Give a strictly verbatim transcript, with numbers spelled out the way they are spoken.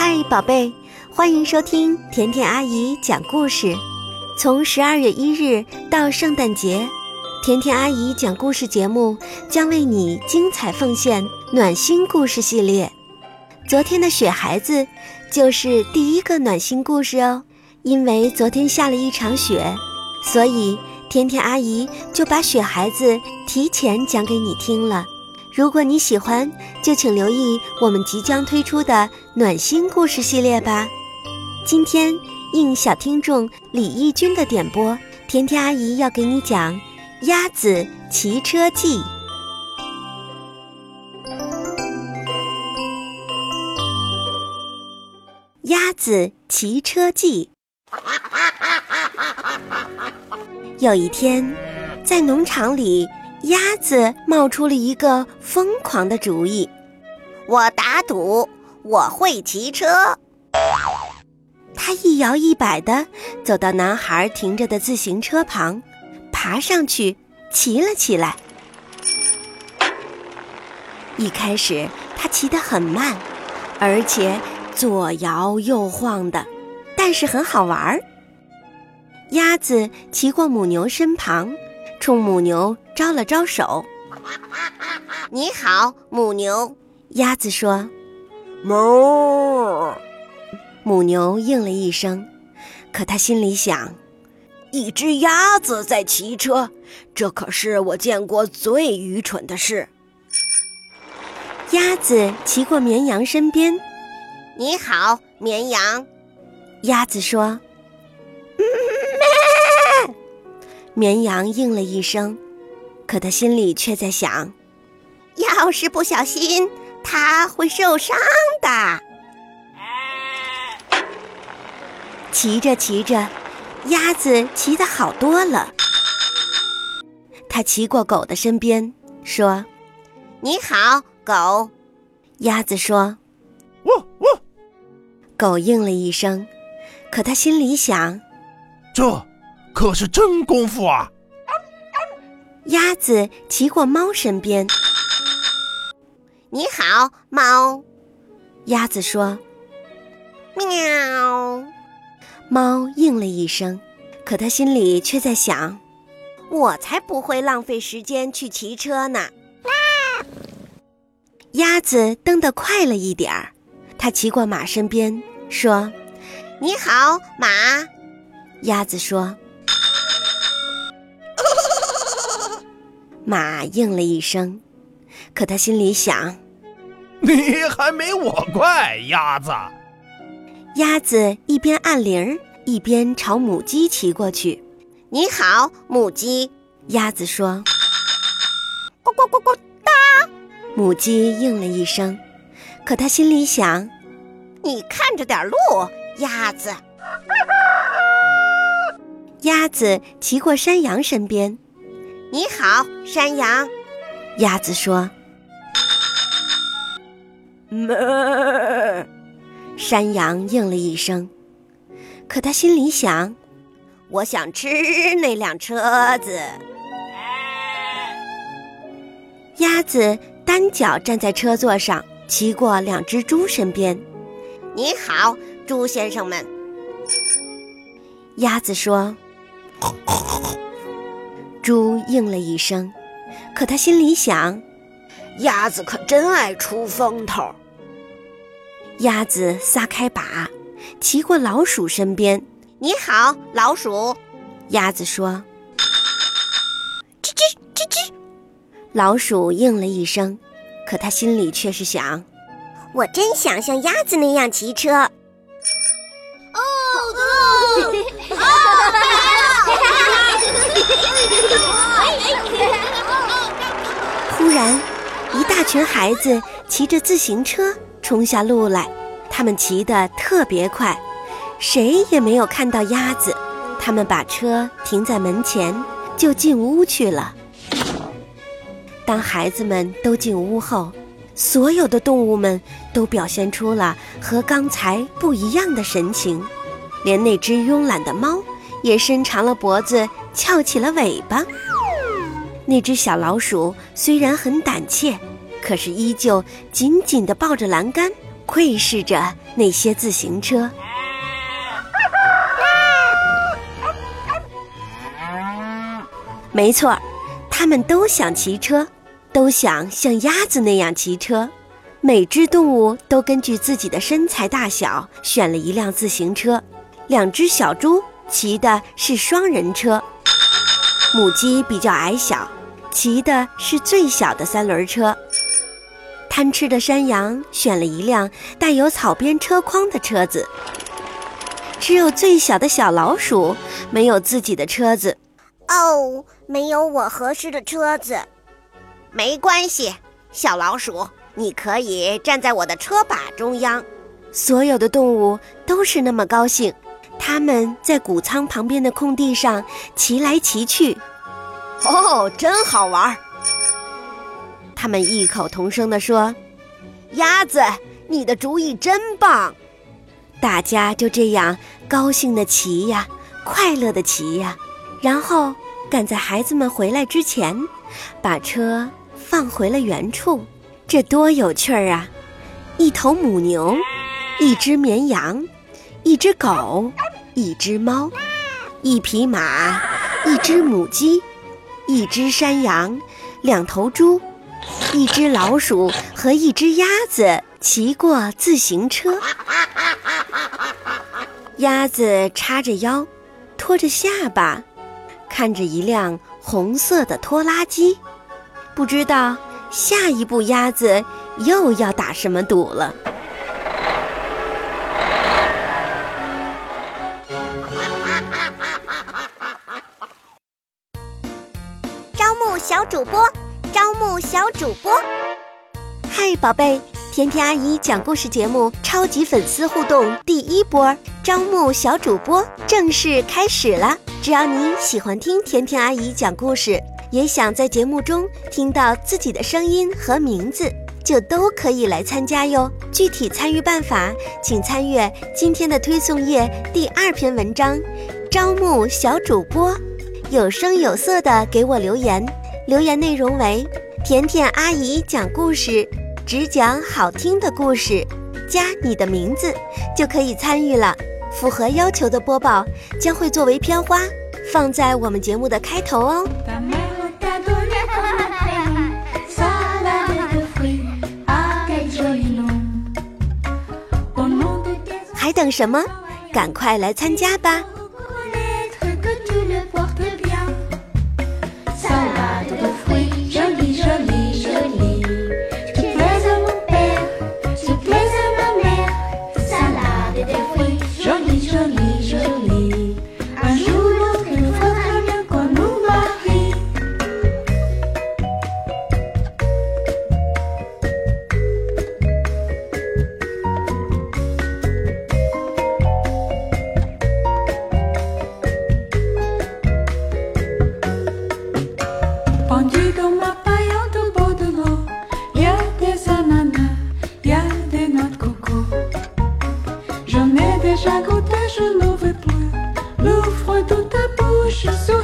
嗨，宝贝，欢迎收听甜甜阿姨讲故事。从十二月一日到圣诞节，甜甜阿姨讲故事节目将为你精彩奉献暖心故事系列。昨天的雪孩子就是第一个暖心故事哦。因为昨天下了一场雪，所以甜甜阿姨就把雪孩子提前讲给你听了。如果你喜欢，就请留意我们即将推出的暖心故事系列吧。今天应小听众李义军的点播，甜甜阿姨要给你讲《鸭子骑车记》。鸭子骑车记。有一天，在农场里，鸭子冒出了一个疯狂的主意。 我打赌我会骑车。 它一摇一摆地走到男孩停着的自行车旁，爬上去骑了起来。一开始它骑得很慢，而且左摇右晃的，但是很好玩。鸭子骑过母牛身旁，冲母牛招了招手。 你好，母牛。 鸭子说。 哞。 母牛应了一声，可他心里想， 一只鸭子在骑车，这可是我见过最愚蠢的事。 鸭子骑过绵羊身边。 你好，绵羊。 鸭子说。绵羊应了一声，可他心里却在想， 要是不小心，它会受伤的。 骑着骑着，鸭子骑得好多了。他骑过狗的身边，说： 你好，狗。 鸭子说： 喔喔。 狗应了一声，可他心里想， 这可是真功夫啊！ 鸭子骑过猫身边。 你好，猫。 鸭子说。 喵。 猫应了一声，可他心里却在想， 我才不会浪费时间去骑车呢。 鸭子蹬得快了一点儿，他骑过马身边，说： 你好，马。 鸭子说。马应了一声，可他心里想， 你还没我快，鸭子。 鸭子一边按铃，一边朝母鸡骑过去。 你好，母鸡。 鸭子说。 呱呱呱呱哒。 母鸡应了一声，可他心里想， 你看着点路，鸭子。 鸭子骑过山羊身边。 你好，山羊。 鸭子说。 哞。 山羊应了一声，可他心里想， 我想吃那辆车子。 鸭子单脚站在车座上，骑过两只猪身边。 你好，猪先生们。 鸭子说。猪应了一声，可他心里想， 鸭子可真爱出风头。 鸭子撒开把，骑过老鼠身边。 你好，老鼠。 鸭子说。 吱吱吱吱。 老鼠应了一声，可他心里却是想， 我真想像鸭子那样骑车。哦哦忽然，一大群孩子骑着自行车冲下路来，他们骑得特别快，谁也没有看到鸭子。他们把车停在门前，就进屋去了。当孩子们都进屋后，所有的动物们都表现出了和刚才不一样的神情，连那只慵懒的猫也伸长了脖子，翘起了尾巴。那只小老鼠虽然很胆怯，可是依旧紧紧地抱着栏杆， 窥视着那些自行车。没错，他们都想骑车，都想像鸭子那样骑车。每只动物都根据自己的身材大小选了一辆自行车。两只小猪骑的是双人车，母鸡比较矮小，骑的是最小的三轮车。贪吃的山羊选了一辆带有草编车筐的车子。只有最小的小老鼠没有自己的车子。 哦，没有我合适的车子。没关系，小老鼠，你可以站在我的车把中央。 所有的动物都是那么高兴，它们在谷仓旁边的空地上骑来骑去。 哦，真好玩！ 它们异口同声地说： 鸭子，你的主意真棒！ 大家就这样高兴地骑呀，快乐地骑呀，然后赶在孩子们回来之前，把车放回了原处。这多有趣儿啊！一头母牛，一只绵羊，一只狗，一只猫，一匹马，一只母鸡，一只山羊，两头猪，一只老鼠和一只鸭子骑过自行车。鸭子叉着腰，托着下巴，看着一辆红色的拖拉机，不知道下一步鸭子又要打什么赌了。 招募小主播，招募小主播。 嗨，宝贝，甜甜阿姨讲故事节目超级粉丝互动第一波招募小主播正式开始了。只要你喜欢听甜甜阿姨讲故事，也想在节目中听到自己的声音和名字，就都可以来参加哟。具体参与办法，请参阅今天的推送页第二篇文章，招募小主播。有声有色的给我留言，留言内容为甜甜阿姨讲故事，只讲好听的故事，加你的名字就可以参与了。符合要求的播报将会作为片花放在我们节目的开头哦。还等什么？赶快来参加吧！ J'en ai déjà goûté, je n'en veux plus. L'ouvre de ta bouche.